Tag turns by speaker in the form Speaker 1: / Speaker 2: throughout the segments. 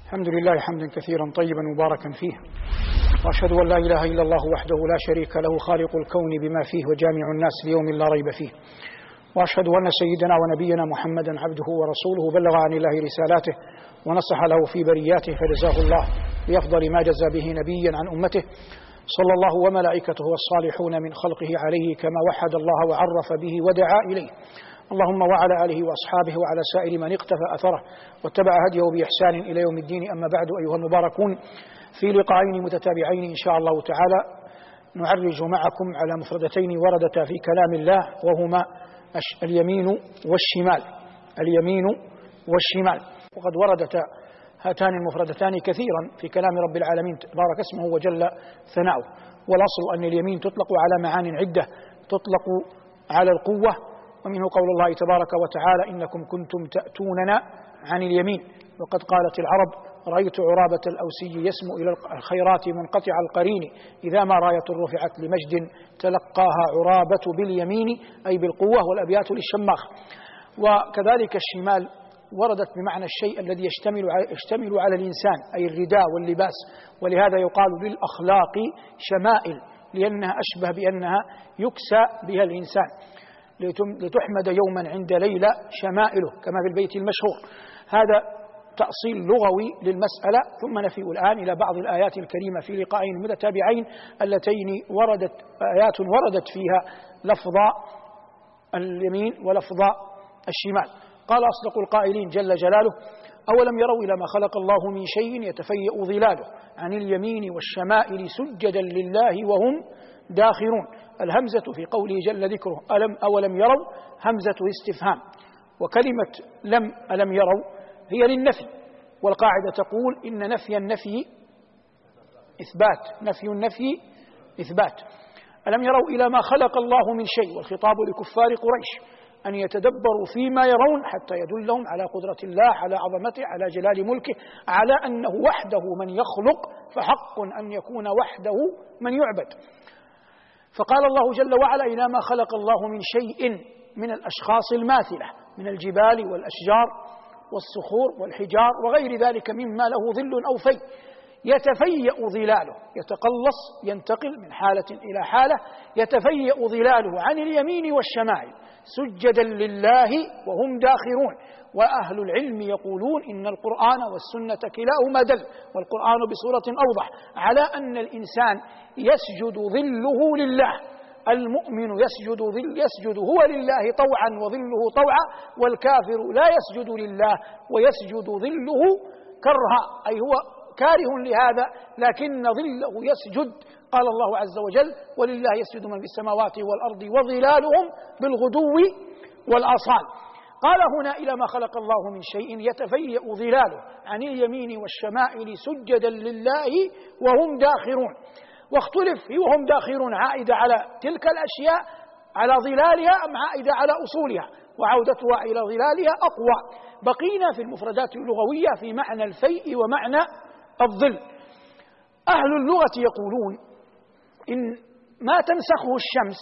Speaker 1: الحمد لله حمدا كثيرا طيبا مباركا فيه، وأشهد أن لا إله إلا الله وحده لا شريك له خالق الكون بما فيه وجامع الناس ليوم لا ريب فيه، وأشهد أن سيدنا ونبينا محمدا عبده ورسوله بلغ عن الله رسالاته ونصح له في برياته، فجزاه الله بأفضل ما جزى به نبيا عن أمته، صلى الله وملائكته والصالحون من خلقه عليه كما وحد الله وعرف به ودعا إليه. اللهم وعلى آله وأصحابه وعلى سائر من اقتفى أثره واتبع هديه بإحسان إلى يوم الدين. أما بعد، أيها المباركون، في لقاءين متتابعين إن شاء الله تعالى نعرج معكم على مفردتين وردتا في كلام الله، وهما اليمين والشمال. اليمين والشمال، وقد وردتا هاتان المفردتان كثيرا في كلام رب العالمين بارك اسمه وجل ثناؤه. والأصل أن اليمين تطلق على معان عدة، تطلق على القوة، ومنه قول الله تبارك وتعالى: إنكم كنتم تأتوننا عن اليمين. وقد قالت العرب: رأيت عرابة الأوسي يسمو إلى الخيرات منقطع القرين، إذا ما راية رفعت لمجد تلقاها عرابة باليمين، أي بالقوة، والأبيات للشماخ. وكذلك الشمال وردت بمعنى الشيء الذي يشتمل على الإنسان، أي الرداء واللباس، ولهذا يقال للأخلاق شمائل، لأنها أشبه بأنها يكسى بها الإنسان، لتحمد يوما عند ليلى شمائله، كما في البيت المشهور. هذا تأصيل لغوي للمسألة. ثم نفيء الآن إلى بعض الآيات الكريمة في لقاءين متتابعين اللتين آيات وردت فيها لفظ اليمين ولفظ الشمال. قال أصدق القائلين جل جلاله: أولم يروا إلى ما خلق الله من شيء يتفيأ ظلاله عن اليمين والشمائل سجدا لله وهم داخرون. الهمزة في قوله جل ذكره أولم يروا همزة استفهام، وكلمة ألم يروا هي للنفي، والقاعدة تقول إن نفي النفي إثبات، نفي النفي إثبات. ألم يروا إلى ما خلق الله من شيء، والخطاب لكفار قريش أن يتدبروا فيما يرون حتى يدلهم على قدرة الله، على عظمته، على جلال ملكه، على أنه وحده من يخلق، فحق أن يكون وحده من يعبد. فقال الله جل وعلا: إلى ما خلق الله من شيء من الأشخاص الماثلة، من الجبال والأشجار والصخور والحجار وغير ذلك مما له ظل أو في، يتفيأ ظلاله، يتقلص، ينتقل من حالة إلى حالة، يتفيأ ظلاله عن اليمين والشمائل سجدا لله وهم داخرون. وأهل العلم يقولون إن القرآن والسنة كلاهما دل، والقرآن بصورة أوضح على أن الإنسان يسجد ظله لله. المؤمن يسجد هو لله طوعا وظله طوعا، والكافر لا يسجد لله ويسجد ظله كرها، أي هو كاره لهذا لكن ظله يسجد. قال الله عز وجل: ولله يسجد من في السماوات والأرض وظلالهم بالغدو والآصال. قال هنا: إلى ما خلق الله من شيء يتفيأ ظلاله عن اليمين والشمائل سجدا لله وهم داخرون. واختلف في وهم داخرون عائدة على تلك الأشياء، على ظلالها، أم عائدة على أصولها، وعودتها إلى ظلالها أقوى. بقينا في المفردات اللغوية في معنى الفيء ومعنى الظل. أهل اللغة يقولون إن ما تنسخه الشمس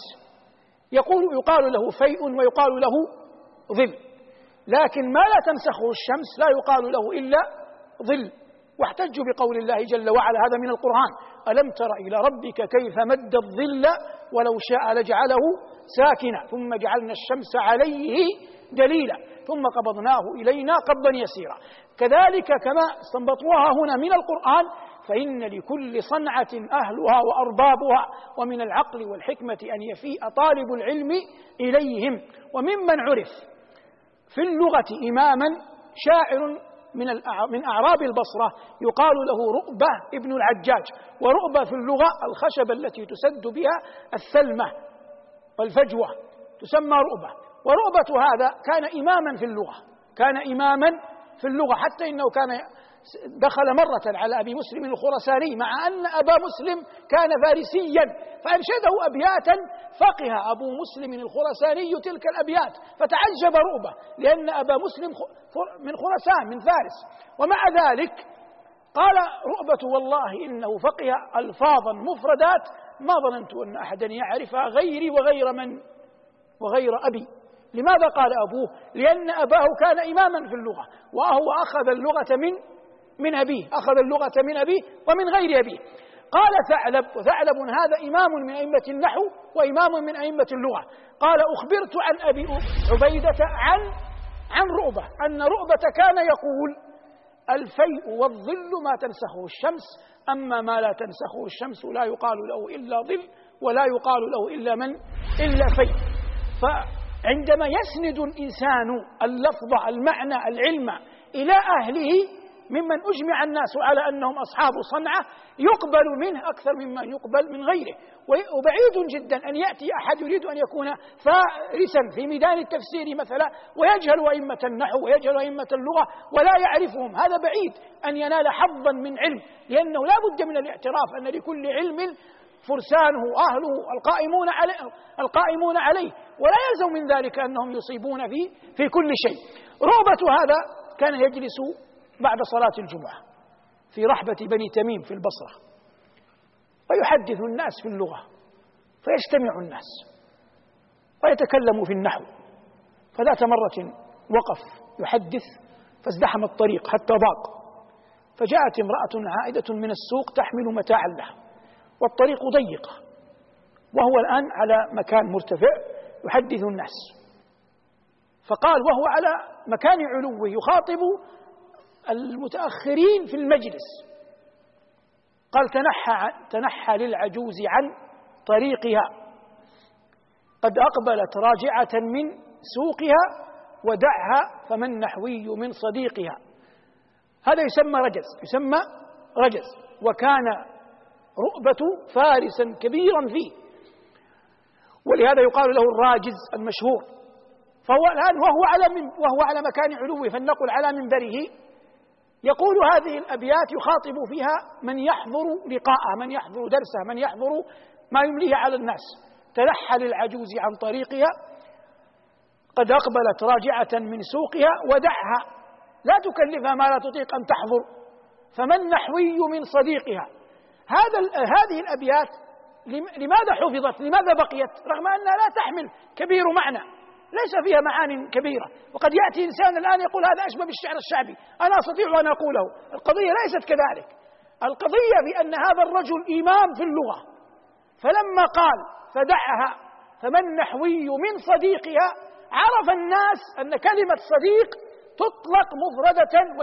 Speaker 1: يقال له فيء ويقال له ظل، لكن ما لا تنسخه الشمس لا يقال له إلا ظل. واحتجوا بقول الله جل وعلا: هذا من القرآن: ألم تر إلى ربك كيف مد الظل ولو شاء لجعله ساكنا ثم جعلنا الشمس عليه دليلا ثم قبضناه إلينا قبضا يسيرا. كذلك كما استنبطوها هنا من القرآن، فإن لكل صنعة أهلها وأربابها، ومن العقل والحكمة أن يفيء طالب العلم إليهم. وممن عرف في اللغة إماما شاعر من أعراب البصرة يقال له رؤبة ابن العجاج. ورؤبة في اللغة الخشبة التي تسد بها الثلمة والفجوة تسمى رؤبة. ورؤبة هذا كان إماما في اللغة، حتى إنه كان دخل مرة على أبي مسلم الخرساني مع أن أبا مسلم كان فارسيا، فأنشده أبياتا فقه أبو مسلم الخرساني تلك الأبيات، فتعجب رؤبة لأن أبا مسلم من خرسان من فارس. ومع ذلك قال رؤبة: والله إنه فقه ألفاظا مفردات ما ظننت أن أحدا يعرفها غيري وغير أبي. لماذا قال أبوه؟ لأن أباه كان إماما في اللغة، وهو أخذ اللغة من أبيه، أخذ اللغة من أبيه ومن غير أبيه. قال ثعلب، وثعلب هذا إمام من أئمة النحو وإمام من أئمة اللغة، قال أخبرت عن أبي عبيدة عن رؤبة أن رؤبة كان يقول: الفيء والظل ما تنسخه الشمس، أما ما لا تنسخه الشمس لا يقال له إلا ظل ولا يقال له إلا فيء. فعندما يسند الإنسان اللفظ المعنى العلم إلى أهله ممن أجمع الناس على أنهم أصحاب صنعة يقبل منه أكثر مما يقبل من غيره. وبعيد جدا أن يأتي أحد يريد أن يكون فارسا في ميدان التفسير مثلا ويجهل أئمة النحو ويجهل أئمة اللغة ولا يعرفهم، هذا بعيد أن ينال حظا من علم، لأنه لا بد من الاعتراف أن لكل علم فرسانه أهله القائمون عليه، ولا يلزم من ذلك أنهم يصيبون في كل شيء. رؤبة هذا كان يجلس بعد صلاة الجمعة في رحبة بني تميم في البصرة ويحدث الناس في اللغة، فيجتمع الناس ويتكلم في النحو. فذات مرة وقف يحدث فازدحم الطريق حتى ضاق، فجاءت امرأة عائدة من السوق تحمل متاعا لها والطريق ضيق، وهو الآن على مكان مرتفع يحدث الناس. فقال وهو على مكان علوه يخاطب المتأخرين في المجلس، قال: تنحى للعجوز عن طريقها، قد أقبلت راجعة من سوقها، ودعها فمن نحوي من صديقها. هذا يسمى رجز، وكان رؤبة فارسا كبيرا فيه، ولهذا يقال له الراجز المشهور. فهو الآن وهو على مكان علوه، فلنقل على منبره، يقول هذه الأبيات يخاطب فيها من يحضر لقاءه، من يحضر درسه، من يحضر ما يمليه على الناس. تنحى للعجوز عن طريقها، قد أقبلت راجعة من سوقها، ودعها لا تكلفها ما لا تطيق أن تحضر، فمن نحوي من صديقها. هذه الأبيات لماذا حفظت؟ لماذا بقيت؟ رغم أنها لا تحمل كبير معنى، ليس فيها معان كبيرة. وقد يأتي إنسان الآن يقول هذا أشبه بالشعر الشعبي، أنا أستطيع أن أقوله. القضية ليست كذلك، القضية بأن هذا الرجل إمام في اللغة، فلما قال فدعها فمن نحوي من صديقها، عرف الناس أن كلمة صديق تطلق مفردة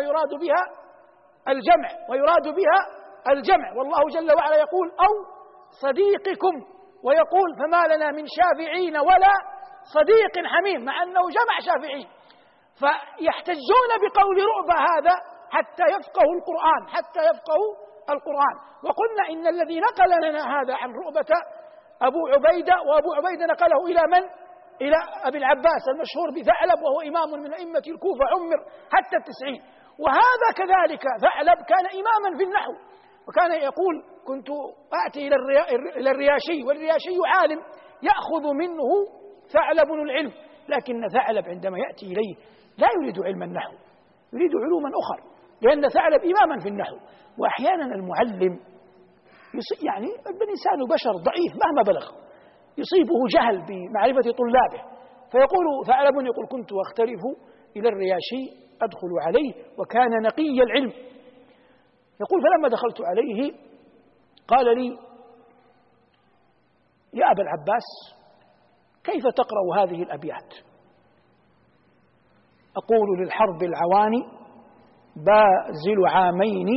Speaker 1: ويراد بها الجمع، والله جل وعلا يقول: أو صديقكم، ويقول: فما لنا من شافعين ولا صديق حميم، مع أنه جمع شافعين. فيحتجون بقول رؤبة هذا حتى يفقهوا القرآن. وقلنا إن الذي نقل لنا هذا عن رؤبة أبو عبيدة، وأبو عبيدة نقله إلى من؟ إلى أبي العباس المشهور بثعلب، وهو إمام من أئمة الكوفة عمر حتى 90. وهذا كذلك ثعلب كان إماما في النحو، وكان يقول: كنت آتي إلى الرياشي، والرياشي عالم يأخذ منه ثعلب العلم، لكن ثعلب عندما يأتي إليه لا يريد علم النحو، يريد علوما أخرى، لأن ثعلب إماما في النحو. وأحيانا المعلم يعني الإنسان بشر ضعيف مهما بلغ، يصيبه جهل بمعرفة طلابه، فيقول ثعلب يقول: كنت أختلف إلى الرياشي أدخل عليه وكان نقي العلم. يقول: فلما دخلت عليه قال لي: يا أبا العباس، كيف تقرأ هذه الأبيات؟ أقول: للحرب العواني بازل عامين،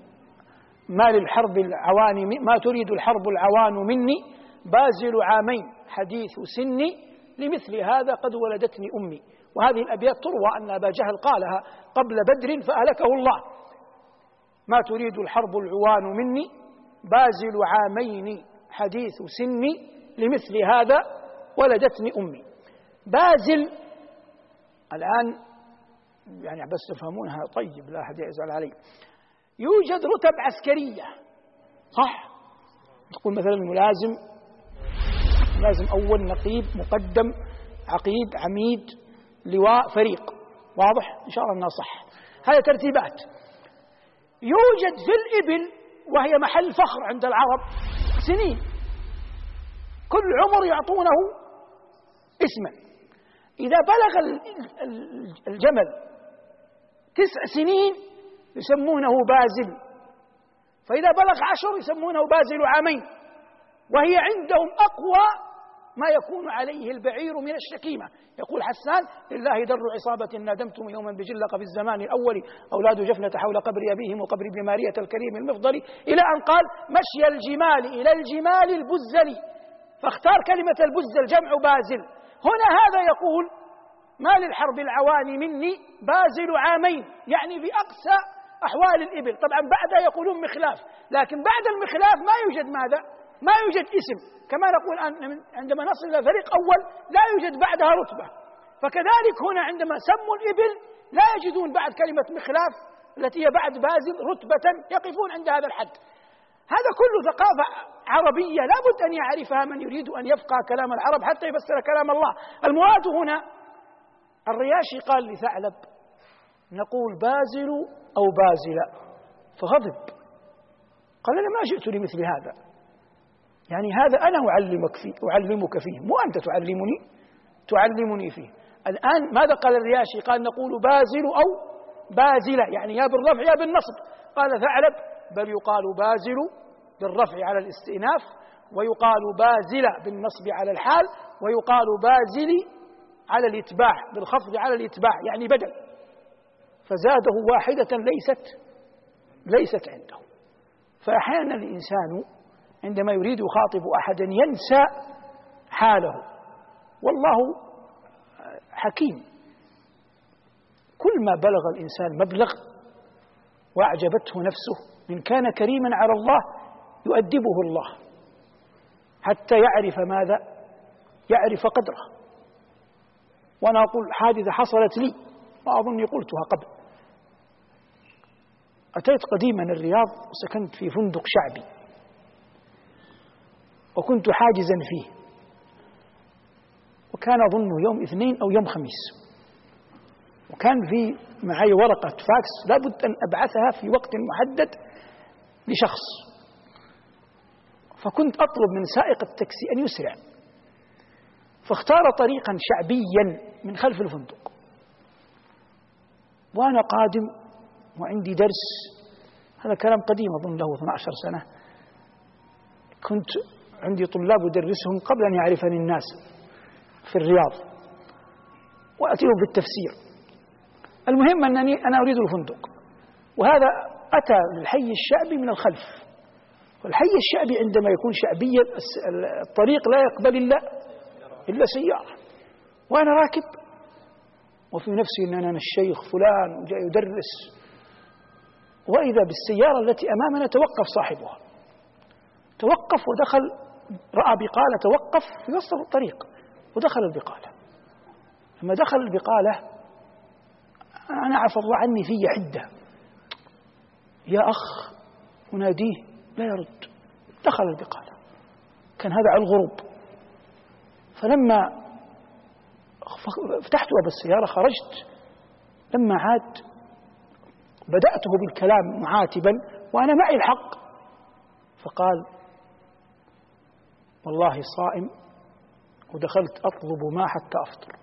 Speaker 1: ما تريد الحرب العوان مني، بازل عامين حديث سني، لمثل هذا قد ولدتني أمي. وهذه الأبيات تروى أن أبا جهل قالها قبل بدر فأهلكه الله: ما تريد الحرب العوان مني، بازل عامين حديث سني، لمثل هذا ولدتني أمي. بازل الآن يعني بس تفهمونها طيب، لا أحد يزعل علي. يوجد رتب عسكرية، صح؟ تقول مثلا ملازم أول، نقيب، مقدم، عقيد، عميد، لواء، فريق. واضح؟ إن شاء الله أنها صح. هذه ترتيبات. يوجد في الإبل، وهي محل فخر عند العرب، سنين، كل عمر يعطونه اسما. إذا بلغ الجمل 9 سنين يسمونه بازل، فإذا بلغ 10 يسمونه بازل عامين، وهي عندهم أقوى ما يكون عليه البعير من الشكيمة. يقول حسان: لله در عصابة نادمتم يوما بجلق في الزمان الأول أولاد جفنة حول قبر أبيهم وقبر ابن مارية الكريم المفضل، إلى أن قال: مشي الجمال إلى الجمال البزل، فاختار كلمة البزل جمع بازل. هنا هذا يقول: ما للحرب العواني مني بازل عامين، يعني في أقسى أحوال الإبل. طبعا بعدها يقولون مخلاف، لكن بعد المخلاف ما يوجد ماذا؟ ما يوجد اسم، كما نقول عندما نصل إلى فريق أول لا يوجد بعدها رتبة، فكذلك هنا عندما سموا الإبل لا يجدون بعد كلمة مخلاف التي هي بعد بازل رتبة، يقفون عند هذا الحد. هذا كله ثقافة عربية لا بد أن يعرفها من يريد أن يفقه كلام العرب حتى يفسر كلام الله. المراد هنا الرياشي قال لثعلب: نقول بازل أو بازل، فغضب قال: أنا ما جئت لمثل هذا، يعني هذا أنا أعلمك فيه، مو أنت تعلمني فيه. الآن ماذا قال الرياشي؟ قال: نقول بازل أو بازلة، يعني يا بالرفع يا بالنصب. قال ثعلب: بل يقال بازل بالرفع على الاستئناف، ويقال بازلة بالنصب على الحال، ويقال بازل على الإتباع بالخفض على الإتباع، يعني بدل، فزاده واحدة ليست عنده. فأحيانا الإنسان عندما يريد يخاطب أحدا ينسى حاله، والله حكيم. كل ما بلغ الإنسان مبلغ وأعجبته نفسه إن كان كريما على الله يؤدبه الله حتى يعرف ماذا؟ يعرف قدره. وأنا أقول حادثة حصلت لي وأظني قلتها قبل. أتيت قديما الرياض وسكنت في فندق شعبي، وكنت حاجزا فيه، وكان أظنه يوم اثنين أو يوم خميس، وكان في معي ورقة فاكس لابد أن أبعثها في وقت محدد لشخص، فكنت أطلب من سائق التاكسي أن يسرع، فاختار طريقا شعبيا من خلف الفندق، وأنا قادم وعندي درس. هذا كلام قديم أظن له 12 سنة. كنت عندي طلاب أدرسهم قبل أن يعرفني الناس في الرياض، وأتيهم بالتفسير. المهم أنني أنا أريد الفندق، وهذا أتى للحي الشعبي من الخلف، والحي الشعبي عندما يكون شعبيا الطريق لا يقبل إلا سيارة، وأنا راكب وفي نفسي أن أنا الشيخ فلان وجاي يدرس، وإذا بالسيارة التي أمامنا توقف صاحبها، توقف ودخل، رأى بقالة توقف في وسط الطريق ودخل البقالة. لما دخل البقالة أنا عفى الله عني في حدة، يا أخ أناديه لا يرد، دخل البقالة. كان هذا على الغروب، فلما فتحت باب السيارة خرجت، لما عاد بدأته بالكلام معاتبا وأنا معي الحق، فقال: والله صائم ودخلت أطلب ما حتى أفطر،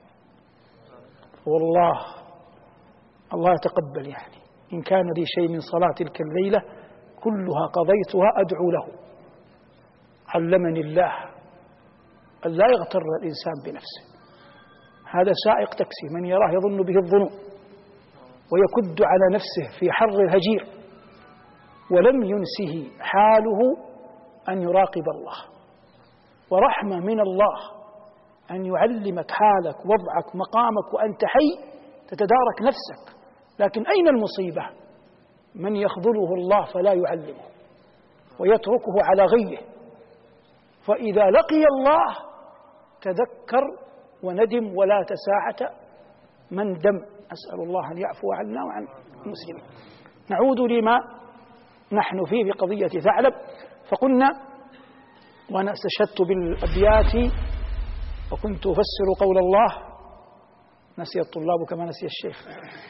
Speaker 1: والله الله يتقبل، يعني إن كان لي شيء من صلاة تلك الليلة كلها قضيتها أدعو له. علمني الله أن لا يغتر الإنسان بنفسه. هذا سائق تاكسي من يراه يظن به الظنون ويكد على نفسه في حر الهجير، ولم ينسه حاله أن يراقب الله، ورحمة من الله أن يعلمك حالك وضعك مقامك وأنت حي تتدارك نفسك. لكن أين المصيبة؟ من يخذله الله فلا يعلمه ويتركه على غيه، فإذا لقي الله تذكر وندم ولا تساعة من دم. أسأل الله أن يعفو عنا وعن المسلمين. نعود لما نحن فيه بقضية ثعلب. فقلنا، وأنا استشهدت بالأبيات وكنت أفسر قول الله، نسي الطلاب كما نسي الشيخ.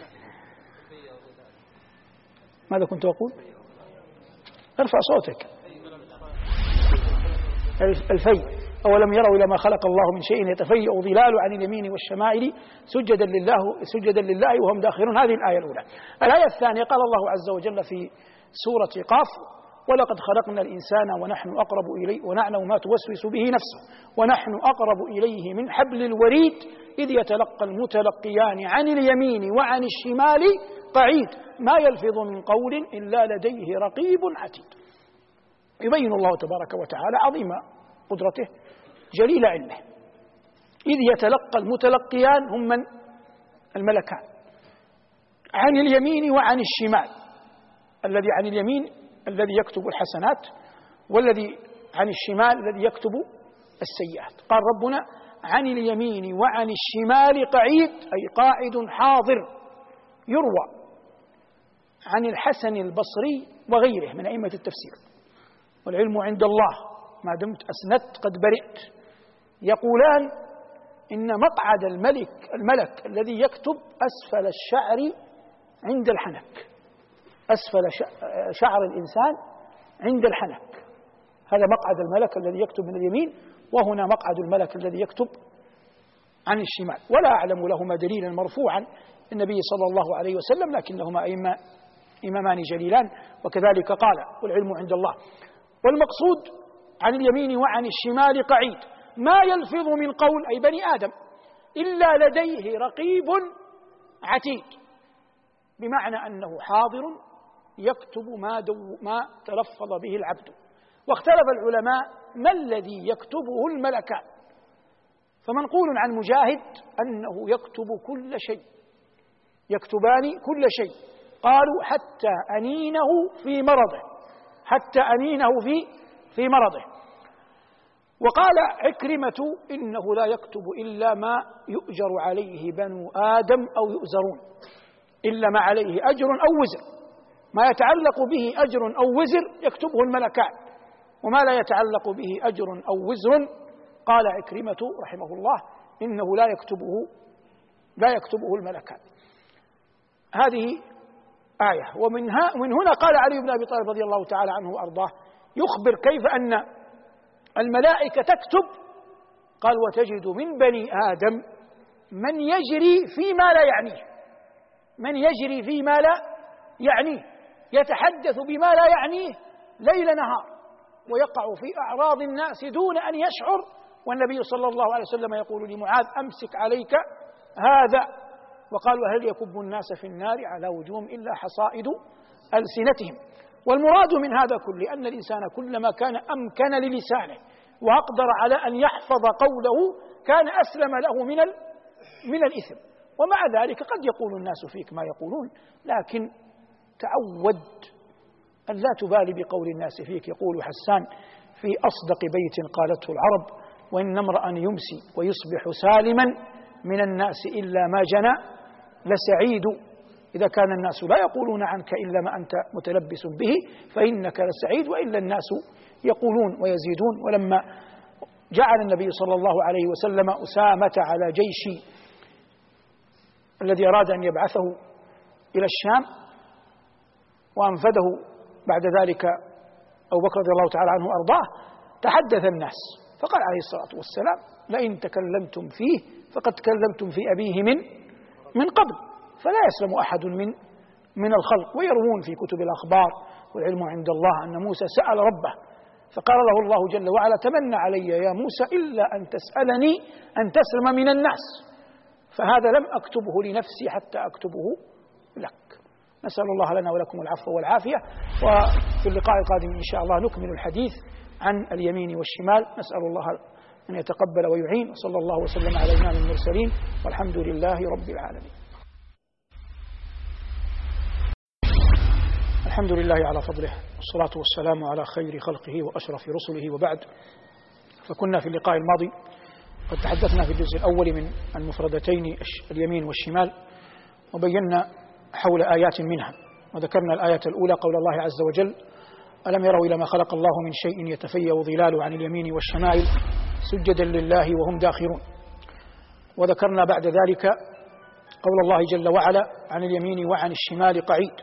Speaker 1: ماذا كنت أقول؟ ارفع صوتك. الفي أولم يروا إلى ما خلق الله من شيء يتفيأ ظلال عن اليمين والشمائل سجدا لله وهم داخرون. هذه الآية الأولى. الآية الثانية قال الله عز وجل في سورة قاف: ولقد خلقنا الإنسان ونحن أقرب إليه ونعلم ما توسوس به نفسه ونحن أقرب إليه من حبل الوريد إذ يتلقى المتلقيان عن اليمين وعن الشمال قعيد ما يلفظ من قول إلا لديه رقيب عتيد. يبين الله تبارك وتعالى عظيم قدرته جليل علمه. إذ يتلقى المتلقيان هم من؟ الملكان، عن اليمين وعن الشمال. الذي عن اليمين الذي يكتب الحسنات، والذي عن الشمال الذي يكتب السيئات. قال ربنا: عن اليمين وعن الشمال قعيد، أي قاعد حاضر. يروى عن الحسن البصري وغيره من أئمة التفسير، والعلم عند الله ما دمت أسندت قد برئت، يقولان إن مقعد الملك الذي يكتب أسفل الشعر عند الحنك، أسفل شعر الإنسان عند الحنك. هذا مقعد الملك الذي يكتب من اليمين، وهنا مقعد الملك الذي يكتب عن الشمال. ولا أعلم لهما دليلا مرفوعا النبي صلى الله عليه وسلم، لكنهما إمامان جليلان. وكذلك قال: والعلم عند الله. والمقصود عن اليمين وعن الشمال قعيد ما يلفظ من قول، أي بني آدم، إلا لديه رقيب عتيد، بمعنى أنه حاضر يكتب ما تلفظ به العبد. واختلف العلماء ما الذي يكتبه الملكان، فمنقول عن مجاهد أنه يكتب كل شيء، يكتبان كل شيء. قالوا حتى أنينه في مرضه، حتى أنينه في مرضه. وقال عكرمة: إنه لا يكتب إلا ما يؤجر عليه بنو آدم أو يؤزرون، إلا ما عليه أجر أو وزر. ما يتعلق به أجر أو وزر يكتبه الملكان، وما لا يتعلق به أجر أو وزر، قال عكرمة رحمه الله، إنه لا يكتبه الملكان. هذه آية. ومن هنا قال علي بن أبي طالب رضي الله تعالى عنه وأرضاه يخبر كيف أن الملائكة تكتب. قال: وتجد من بني آدم من يجري فيما لا يعنيه، من يجري فيما لا يعنيه، يتحدث بما لا يعنيه ليل نهار، ويقع في أعراض الناس دون أن يشعر. والنبي صلى الله عليه وسلم يقول لمعاذ: أمسك عليك هذا. وقالوا: هل يكب الناس في النار على وجوههم إلا حصائد ألسنتهم. والمراد من هذا كله أن الإنسان كلما كان أمكن للسانه وأقدر على أن يحفظ قوله كان أسلم له من الإثم. ومع ذلك قد يقول الناس فيك ما يقولون، لكن تعود أن لا تبالي بقول الناس فيك. يقول حسان في أصدق بيت قالته العرب: وإن امرأ يمسي ويصبح سالما من الناس إلا ما جنى لسعيد. إذا كان الناس لا يقولون عنك إلا ما أنت متلبس به فإنك لسعيد، وإلا الناس يقولون ويزيدون. ولما جعل النبي صلى الله عليه وسلم أسامة على جيش الذي أراد أن يبعثه إلى الشام وأنفذه بعد ذلك أبو بكر رضي الله تعالى عنه وأرضاه، تحدث الناس فقال عليه الصلاة والسلام: لئن تكلمتم فيه فقد تكلمتم في أبيه من قبل، فلا يسلم أحد من الخلق. ويروون في كتب الأخبار: والعلم عند الله أن موسى سأل ربه فقال له الله جل وعلا: تمنى علي يا موسى إلا أن تسألني أن تسلم من الناس، فهذا لم أكتبه لنفسي حتى أكتبه لك. نسأل الله لنا ولكم العفو والعافية. وفي اللقاء القادم إن شاء الله نكمل الحديث عن اليمين والشمال. نسأل الله أن يتقبل ويعين. وصلى الله وسلم على إمام المرسلين، والحمد لله رب العالمين. الحمد لله على فضله، والصلاة والسلام على خير خلقه وأشرف رسله، وبعد. فكنا في اللقاء الماضي قد تحدثنا في الجزء الأول من المفردتين اليمين والشمال، وبينا حول آيات منها، وذكرنا الآية الأولى قول الله عز وجل: ألم يروا إلى ما خلق الله من شيء يتفيأ ظلاله عن اليمين والشمائل سجدا لله وهم داخرون. وذكرنا بعد ذلك قول الله جل وعلا: عن اليمين وعن الشمال قعيد.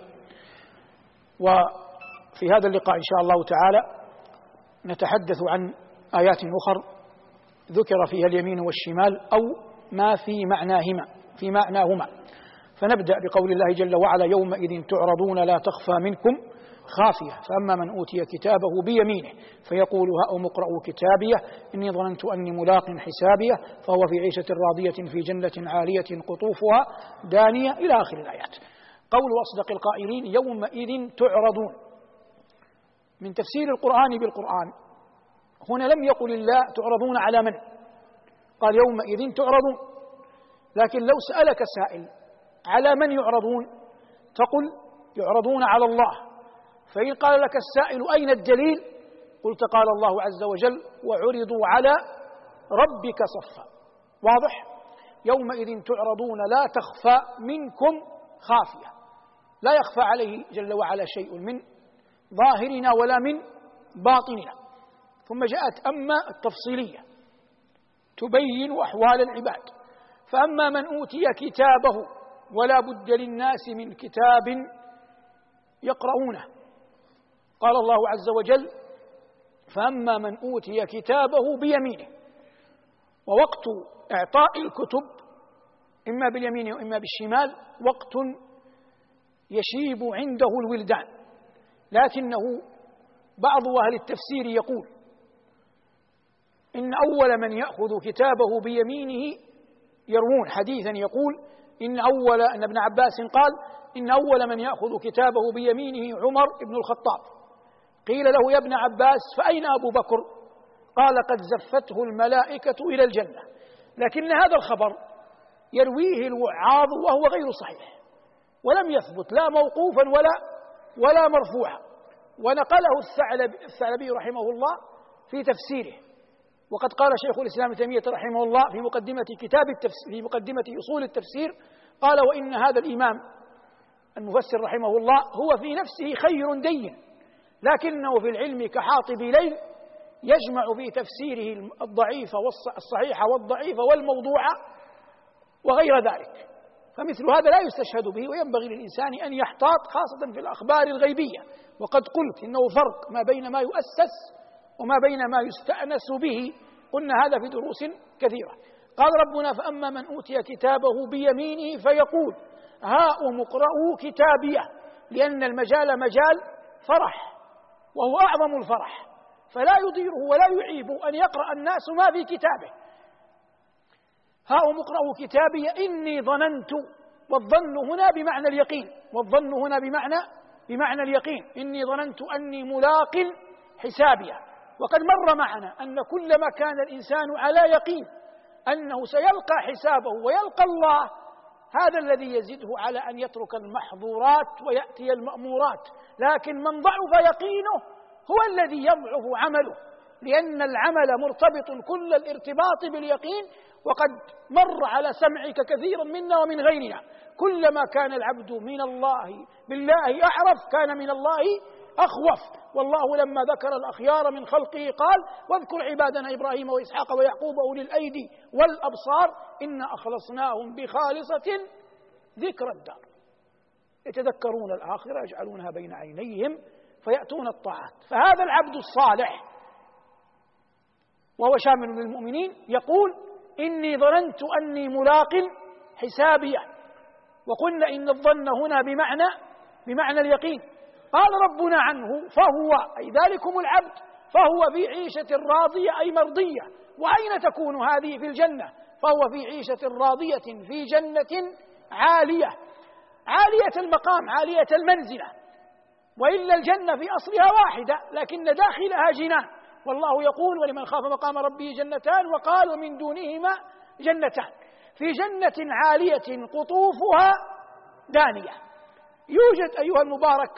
Speaker 1: وفي هذا اللقاء إن شاء الله تعالى نتحدث عن آيات أخر ذكر فيها اليمين والشمال أو ما في معناهما. فنبدأ بقول الله جل وعلا: يومئذ تعرضون لا تخفى منكم خافية، فأما من أوتي كتابه بيمينه فيقول هاؤم اقرءوا كتابيه إني ظننت أني ملاق حسابيه فهو في عيشة راضية في جنة عالية قطوفها دانية إلى آخر الآيات. قول أصدق القائلين: يومئذ تعرضون، من تفسير القرآن بالقرآن. هنا لم يقل الله تعرضون على من، قال يومئذ تعرضون. لكن لو سألك سائل على من يعرضون تقل يعرضون على الله، فإن قال لك السائل أين الدليل قلت قال الله عز وجل: وعرضوا على ربك صفا. واضح؟ يومئذ تعرضون لا تخفى منكم خافية، لا يخفى عليه جل وعلا شيء من ظاهرنا ولا من باطننا. ثم جاءت أما التفصيلية تبين أحوال العباد. فأما من أوتي كتابه، ولا بد للناس من كتاب يقرؤونه. قال الله عز وجل: فأما من أوتي كتابه بيمينه. ووقت إعطاء الكتب إما باليمين وإما بالشمال وقت يشيب عنده الولدان، لكنه بعض أهل التفسير يقول إن أول من يأخذ كتابه بيمينه يروون حديثا يقول أن ابن عباس قال: إن أول من يأخذ كتابه بيمينه عمر بن الخطاب. قيل له: يا ابن عباس فأين أبو بكر؟ قال: قد زفته الملائكة إلى الجنة. لكن هذا الخبر يرويه الوعاظ وهو غير صحيح، ولم يثبت لا موقوفا ولا مرفوعا. ونقله الثعلبي رحمه الله في تفسيره. وقد قال شيخ الإسلام ابن تيمية رحمه الله في مقدمة أصول التفسير، قال: وإن هذا الإمام المفسر رحمه الله هو في نفسه خير دين، لكنه في العلم كحاطب ليل، يجمع في تفسيره الضعيف والصحيح والضعيف والموضوع وغير ذلك. فمثل هذا لا يستشهد به، وينبغي للإنسان أن يحتاط خاصة في الأخبار الغيبية. وقد قلت إنه فرق ما بين ما يؤسس وما بين ما يستأنس به، قلنا هذا في دروس كثيرة. قال ربنا: فأما من أوتي كتابه بيمينه فيقول هاؤم اقرءوا كتابيه، لأن المجال مجال فرح، وهو أعظم الفرح، فلا يضيره ولا يعيب أن يقرأ الناس ما في كتابه. هاؤم اقرءوا كتابي إني ظننت، والظن هنا بمعنى اليقين، والظن هنا بمعنى اليقين. إني ظننت أني ملاق حسابيه. وقد مر معنا أن كلما كان الإنسان على يقين أنه سيلقى حسابه ويلقى الله، هذا الذي يزيده على أن يترك المحظورات ويأتي المأمورات. لكن من ضعف يقينه هو الذي يضعف عمله، لأن العمل مرتبط كل الارتباط باليقين. وقد مر على سمعك كثيرا منا ومن غيرنا، كلما كان العبد من الله بالله أعرف كان من الله أخوف. والله لما ذكر الأخيار من خلقه قال: واذكر عبادنا إبراهيم وإسحاق ويعقوب أولي الأيدي والأبصار إنا أخلصناهم بخالصة ذكر الدار، يتذكرون الآخرة يجعلونها بين عينيهم فيأتون الطاعات. فهذا العبد الصالح وهو شامل للمؤمنين يقول: إني ظننت أني ملاق حسابيه. وقلنا إن الظن هنا بمعنى اليقين. قال ربنا عنه: فهو أي ذلكم العبد فهو في عيشة راضية أي مرضية. وأين تكون هذه؟ في الجنة. فهو في عيشة راضية في جنة عالية المقام عالية المنزلة. وإلا الجنة في أصلها واحدة لكن داخلها جنان. والله يقول: ولمن خاف مقام ربه جنتان، وقال: ومن دونهما جنتان. في جنة عالية قطوفها دانية. يوجد أيها المبارك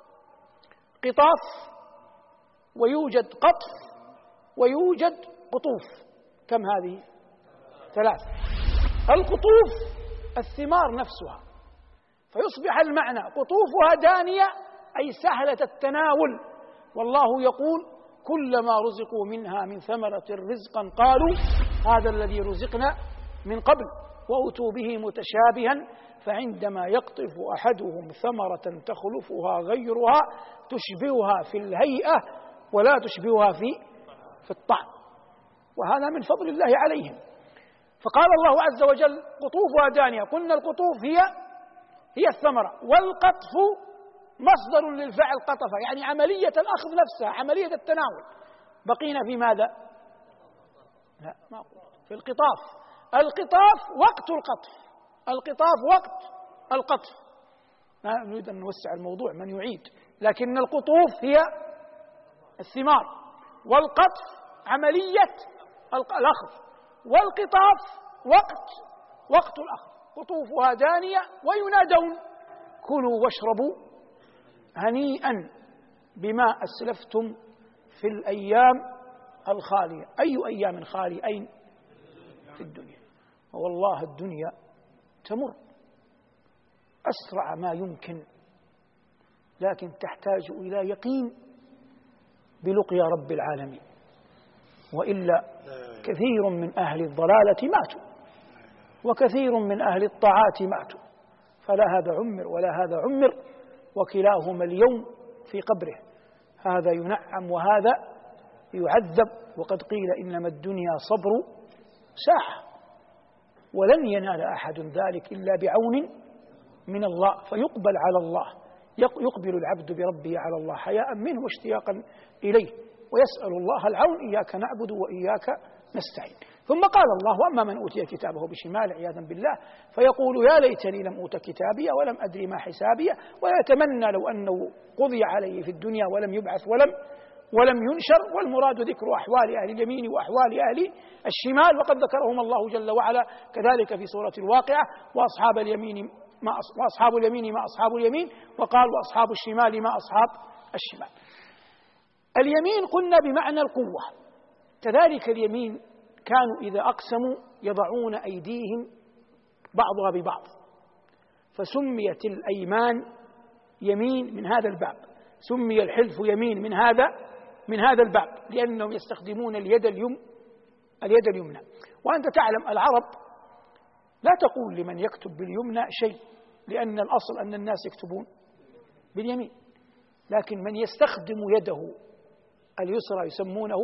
Speaker 1: قطاف، ويوجد قطف، ويوجد قطوف. كم هذه؟ 3. القطوف الثمار نفسها، فيصبح المعنى قطوفها دانية أي سهلة التناول. والله يقول: كلما رزقوا منها من ثمرة رزقا قالوا هذا الذي رزقنا من قبل وأتوا به متشابها فعندما يقطف أحدهم ثمرة تخلفها غيرها تشبهها في الهيئة ولا تشبهها في الطعم. وهذا من فضل الله عليهم. فقال الله عز وجل قطوفها دانية، قلنا القطوف هي الثمرة، والقطف مصدر للفعل قطف، يعني عملية الأخذ نفسها، عملية التناول. بقينا في ماذا؟ لا ما قلت في القطاف. القطاف وقت القطف، القطاف وقت القطف. لا نريد أن نوسع الموضوع، من يعيد، لكن القطوف هي الثمار، والقطف عملية الأخذ، والقطاف وقت الأخذ. قطوفها دانية وينادون كلوا واشربوا هنيئا بما أسلفتم في الأيام الخالية. أي أيام خالية؟ أين؟ في الدنيا. والله الدنيا تمر أسرع ما يمكن، لكن تحتاج إلى يقين بلقيا رب العالمين، وإلا كثير من أهل الضلالة ماتوا، وكثير من أهل الطاعات ماتوا، فلا هذا عمر ولا هذا عمر، وكلاهما اليوم في قبره، هذا ينعم وهذا يعذب. وقد قيل إنما الدنيا صبر ساعة، ولن ينال أحد ذلك إلا بعون من الله، فيقبل على الله، يقبل العبد بربه على الله حياء منه واشتياقا إليه، ويسأل الله العون، إياك نعبد وإياك نستعين. ثم قال الله: وأما من أوتي كتابه بشمال عياذا بالله فيقول يا ليتني لم أوت كتابي ولم أدري ما حسابي، ويتمنى لو أنه قضي عليه في الدنيا ولم يبعث ولم ينشر. والمراد ذكر أحوال أهل اليمين وأحوال أهل الشمال، وقد ذكرهم الله جل وعلا كذلك في سورة الواقعة: وأصحاب اليمين ما أصحاب اليمين، وقال: وأصحاب الشمال ما أصحاب الشمال. اليمين قلنا بمعنى القوة، كذلك اليمين كانوا إذا أقسموا يضعون أيديهم بعضها ببعض، فسميت الأيمان يمين من هذا الباب، سمي الحلف يمين من هذا الباب، لأنهم يستخدمون اليد اليمنى. وأنت تعلم العرب لا تقول لمن يكتب باليمنى شيء، لأن الأصل أن الناس يكتبون باليمين، لكن من يستخدم يده اليسرى يسمونه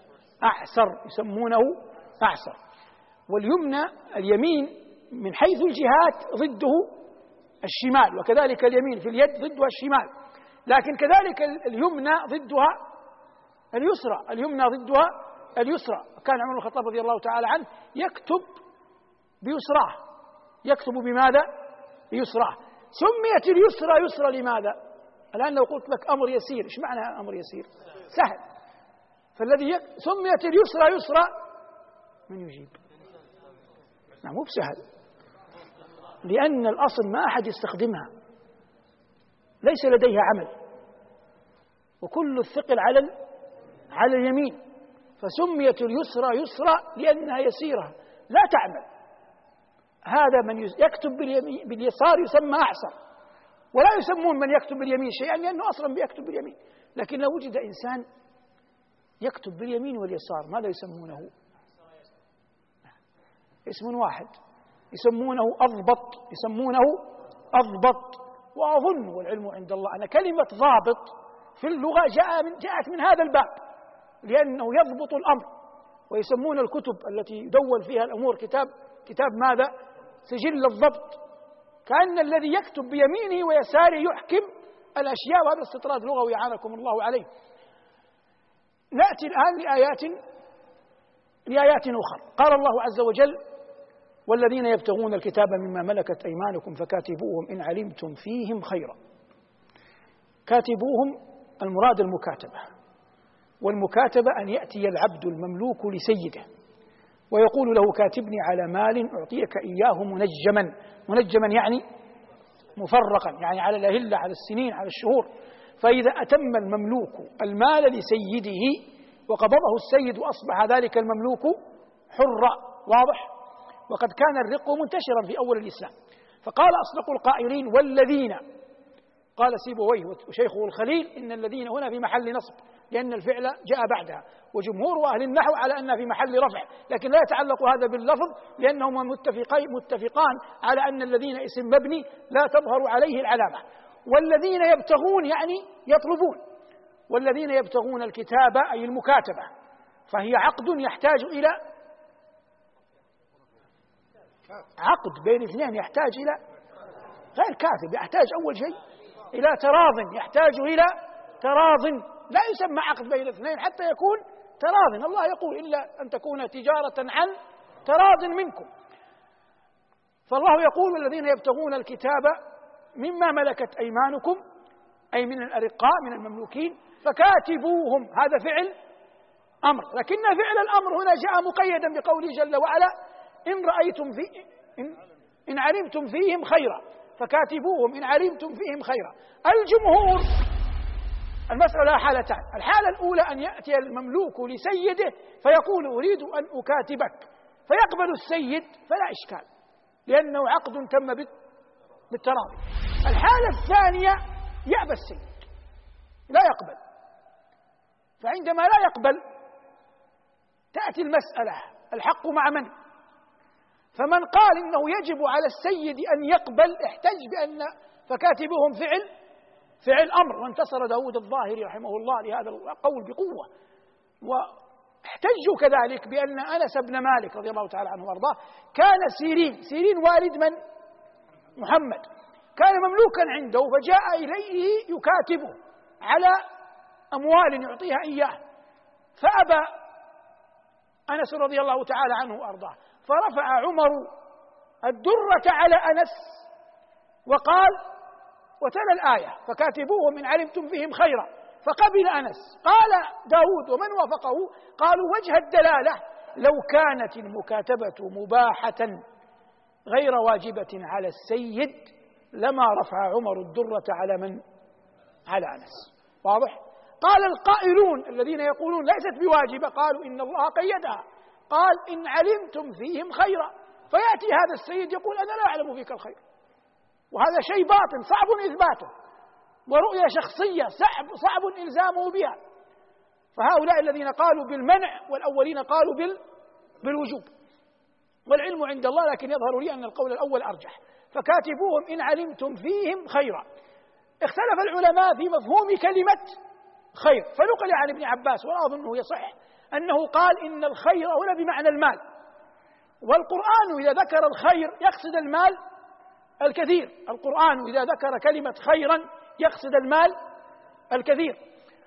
Speaker 1: أعسر. واليمنى اليمين من حيث الجهات ضده الشمال، وكذلك اليمين في اليد ضدها الشمال، لكن كذلك اليمنى ضدها اليسرى. كان عمر بن الخطاب رضي الله تعالى عنه يكتب بيسراه، يكتب بماذا؟ بيسراه. سميت اليسرى يسرى لماذا؟ الآن لو قلت لك أمر يسير، إيش معنى أمر يسير؟ سهل. فالذي سميت اليسرى يسرى، من يجيب؟ نعم، مو بسهل، لأن الأصل ما أحد يستخدمها، ليس لديها عمل، وكل الثقل على اليمين، فسميت اليسرى يسرى لأنها يسيرة لا تعمل. هذا من يكتب باليسار يسمى أعسر، ولا يسمون من يكتب باليمين شيئا، لأنه أصلا بيكتب باليمين. لكن لو وجد إنسان يكتب باليمين واليسار، ماذا يسمونه؟ اسم واحد، يسمونه أضبط. وأظن والعلم عند الله أن كلمة ضابط في اللغة جاءت من هذا الباب، لأنه يضبط الأمر. ويسمون الكتب التي يدون فيها الأمور كتاب ماذا؟ سجل الضبط، كأن الذي يكتب بيمينه ويساره يحكم الأشياء، وهذا استطراد لغوي أعانكم الله عليه. نأتي الآن لآيات أخرى. قال الله عز وجل: والذين يبتغون الكتاب مما ملكت أيمانكم فكاتبوهم إن علمتم فيهم خيرا. كاتبوهم المراد المكاتبة، والمكاتبة أن يأتي العبد المملوك لسيده ويقول له: كاتبني على مال أعطيك إياه منجما يعني مفرقا، يعني على الأهلة، على السنين، على الشهور. فإذا أتم المملوك المال لسيده وقبضه السيد وأصبح ذلك المملوك حرا، واضح؟ وقد كان الرق منتشرا في أول الإسلام. فقال أصدق القائلين: والذين، قال سيبويه وشيخه الخليل: إن الذين هنا في محل نصب، لأن الفعل جاء بعدها، وجمهور أهل النحو على أنها في محل رفع، لكن لا يتعلق هذا باللفظ، لأنهما متفقان على أن الذين اسم مبني لا تظهر عليه العلامة. والذين يبتغون يعني يطلبون، والذين يبتغون الكتاب أي المكاتبة، فهي عقد يحتاج إلى عقد بين اثنين، يحتاج إلى غير كاتب، يحتاج أول شيء إلى تراض، يحتاج إلى تراض، لا يسمى عقد بين اثنين حتى يكون تراض. الله يقول إلا أن تكون تجارة عن تراض منكم. فالله يقول والذين يبتغون الكتاب مما ملكت أيمانكم، أي من الأرقاء من المملوكين، فكاتبوهم. هذا فعل أمر، لكن فعل الأمر هنا جاء مقيدا بقوله جل وعلا إن علمتم فيهم خيرا فكاتبوهم إن علمتم فيهم خيرا. الجمهور المسألة حالتان: الحالة الأولى أن يأتي المملوك لسيده فيقول أريد أن أكاتبك، فيقبل السيد فلا إشكال لأنه عقد تم بالتراضي. الحالة الثانية يأبى السيد لا يقبل، فعندما لا يقبل تأتي المسألة الحق مع من؟ فمن قال إنه يجب على السيد أن يقبل احتج بأن فكاتبهم فعل أمر، وانتصر داود الظاهري رحمه الله لهذا القول بقوة، واحتجوا كذلك بأن أنس بن مالك رضي الله تعالى عنه وارضاه كان سيرين والد من؟ محمد، كان مملوكا عنده فجاء إليه يكاتبه على أموال يعطيها إياه، فأبى أنس رضي الله تعالى عنه وارضاه، فرفع عمر الدرة على أنس وقال وتلا الآية فكاتبوهم إن علمتم فيهم خيرا، فقبل أنس. قال داود ومن وافقه قالوا وجه الدلالة لو كانت المكاتبة مباحة غير واجبة على السيد لما رفع عمر الدرة على من؟ على أنس. واضح؟ قال القائلون الذين يقولون ليست بواجبة قالوا إن الله قيدها، قال إن علمتم فيهم خيرا، فيأتي هذا السيد يقول أنا لا أعلم فيك الخير، وهذا شيء باطن صعب إثباته، ورؤية شخصية صعب إلزامه بها. فهؤلاء الذين قالوا بالمنع والأولين قالوا بالوجوب، والعلم عند الله، لكن يظهر لي أن القول الأول أرجح. فكاتبوهم إن علمتم فيهم خيرا. اختلف العلماء في مفهوم كلمة خير، فنقل عن ابن عباس ولا أظنه يصح أنه قال إن الخير هنا بمعنى المال، والقرآن إذا ذكر الخير يقصد المال الكثير، القرآن إذا ذكر كلمة خيرا يقصد المال الكثير،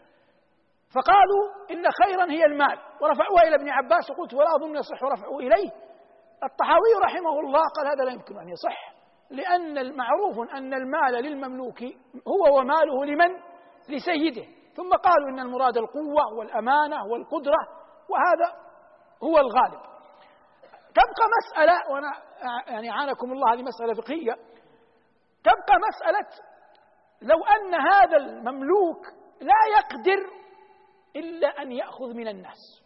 Speaker 1: فقالوا إن خيرا هي المال ورفعوها إلى ابن عباس، وقلت ولا أظن يصح رفعه إليه. الطحاوي رحمه الله قال هذا لا يمكن أن يصح، لأن المعروف أن المال للمملوك هو وماله لمن؟ لسيده، ثم قالوا إن المراد القوة والأمانة والقدرة، وهذا هو الغالب. تبقى مسألة، وأنا يعني عانكم الله هذه مسألة فقهية، تبقى مسألة لو أن هذا المملوك لا يقدر إلا أن يأخذ من الناس،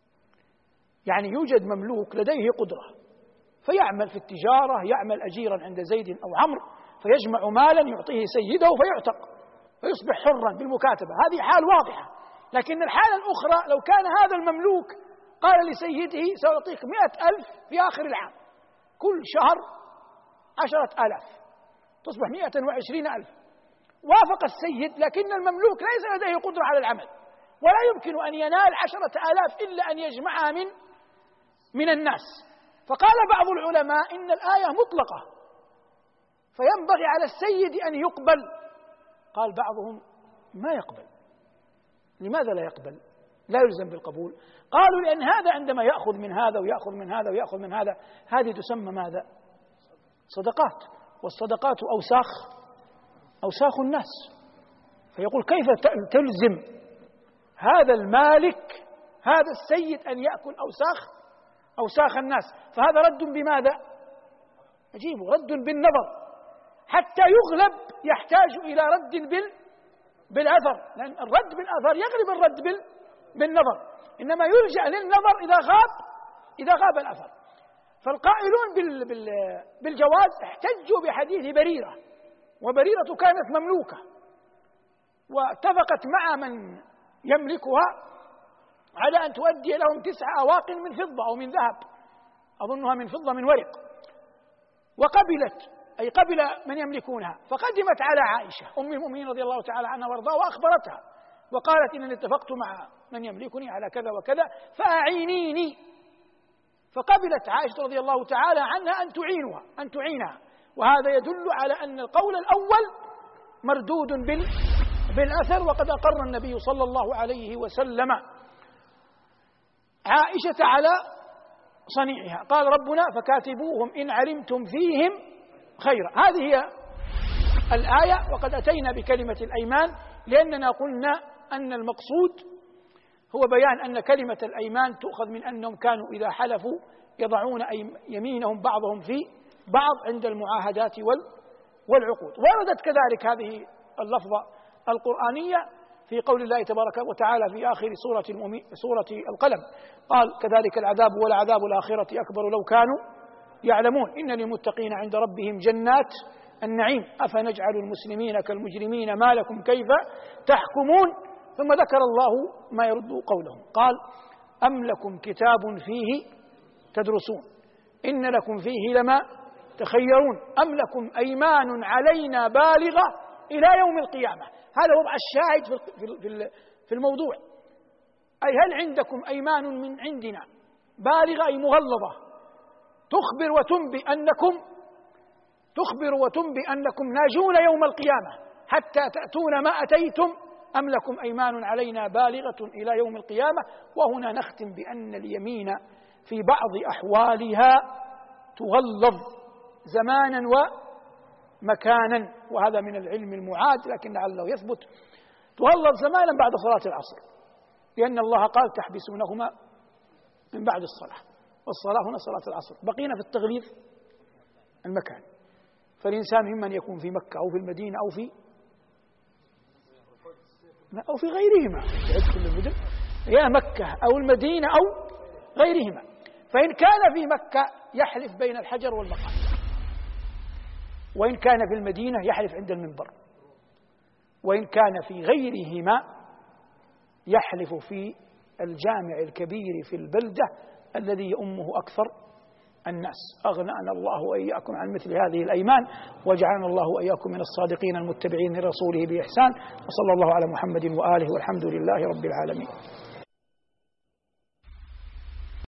Speaker 1: يعني يوجد مملوك لديه قدرة فيعمل في التجارة، يعمل أجيرا عند زيد أو عمرو فيجمع مالا يعطيه سيده فيعتق فيصبح حرا بالمكاتبة، هذه حال واضحة. لكن الحالة الأخرى لو كان هذا المملوك قال لسيده سأعطيك 100,000 في آخر العام، كل شهر 10,000 تصبح 120,000، وافق السيد، لكن المملوك ليس لديه قدرة على العمل ولا يمكن أن ينال 10,000 إلا أن يجمعها من الناس. فقال بعض العلماء إن الآية مطلقة فينبغي على السيد أن يقبل. قال بعضهم ما يقبل. لماذا لا يقبل؟ لا يلزم بالقبول. قالوا لأن هذا عندما يأخذ من هذا ويأخذ من هذا ويأخذ من هذا، هذه تسمى ماذا؟ صدقات، والصدقات أوساخ الناس، فيقول كيف تلزم هذا المالك هذا السيد أن يأكل أوساخ الناس؟ فهذا رد بماذا؟ أجيبه رد بالنظر، حتى يغلب يحتاج إلى رد بالأثر، لأن الرد بالأثر يغلب الرد بالنظر، إنما يلجأ للنظر إذا غاب الأثر. فالقائلون بالجواز احتجوا بحديث بريرة، وبريرة كانت مملوكة واتفقت مع من يملكها على أن تؤدي لهم 9 أواق من فضة أو من ذهب، أظنها من فضة من ورق، وقبلت أي قبل من يملكونها، فقدمت على عائشة أم المؤمنين رضي الله تعالى عنها وارضاها وأخبرتها وقالت إنني اتفقت مع من يملكني على كذا وكذا فأعينيني، فقبلت عائشة رضي الله تعالى عنها أن تعينها. وهذا يدل على أن القول الأول مردود بالأثر. وقد أقر النبي صلى الله عليه وسلم عائشة على صنيعها، قال ربنا فكاتبوهم إن علمتم فيهم خيرا. هذه هي الآية. وقد أتينا بكلمة الأيمان لأننا قلنا أن المقصود هو بيان أن كلمة الأيمان تؤخذ من أنهم كانوا إذا حلفوا يضعون يمينهم بعضهم في بعض عند المعاهدات والعقود. وردت كذلك هذه اللفظة القرآنية في قول الله تبارك وتعالى في آخر سورة القلم، قال كذلك العذاب ولعذاب الآخرة أكبر لو كانوا يعلمون إن للمتقين عند ربهم جنات النعيم أفنجعل المسلمين كالمجرمين ما لكم كيف تحكمون. ثم ذكر الله ما يرد قولهم، قال أم لكم كتاب فيه تدرسون إن لكم فيه لما تخيرون أم لكم أيمان علينا بالغة إلى يوم القيامة. هذا وضع الشاهد في الموضوع، أي هل عندكم أيمان من عندنا بالغة أي مغلظة تخبر وتنبئ أنكم ناجون يوم القيامة حتى تأتون ما أتيتم أم لكم أيمان علينا بالغة إلى يوم القيامة. وهنا نختم بأن اليمين في بعض أحوالها تغلظ زمانا ومكانا، وهذا من العلم المعاد لكن لعله يثبت. تغلظ زمانا بعد صلاة العصر لأن الله قال تحبسونهما من بعد الصلاة، والصلاة هنا صلاة العصر. بقينا في التغليظ المكان، فالإنسان ممن يكون في مكة أو في المدينة أو في غيرهما، كل المدن يا مكة أو المدينة أو غيرهما. فإن كان في مكة يحلف بين الحجر والمقام، وإن كان في المدينة يحلف عند المنبر، وإن كان في غيرهما يحلف في الجامع الكبير في البلدة الذي يؤمه أكثر الناس. أغنانا الله وإياكم عن مثل هذه الأيمان، وجعلنا الله وإياكم من الصادقين المتبعين لرسوله بإحسان. وصلى الله على محمد وآله والحمد لله رب العالمين.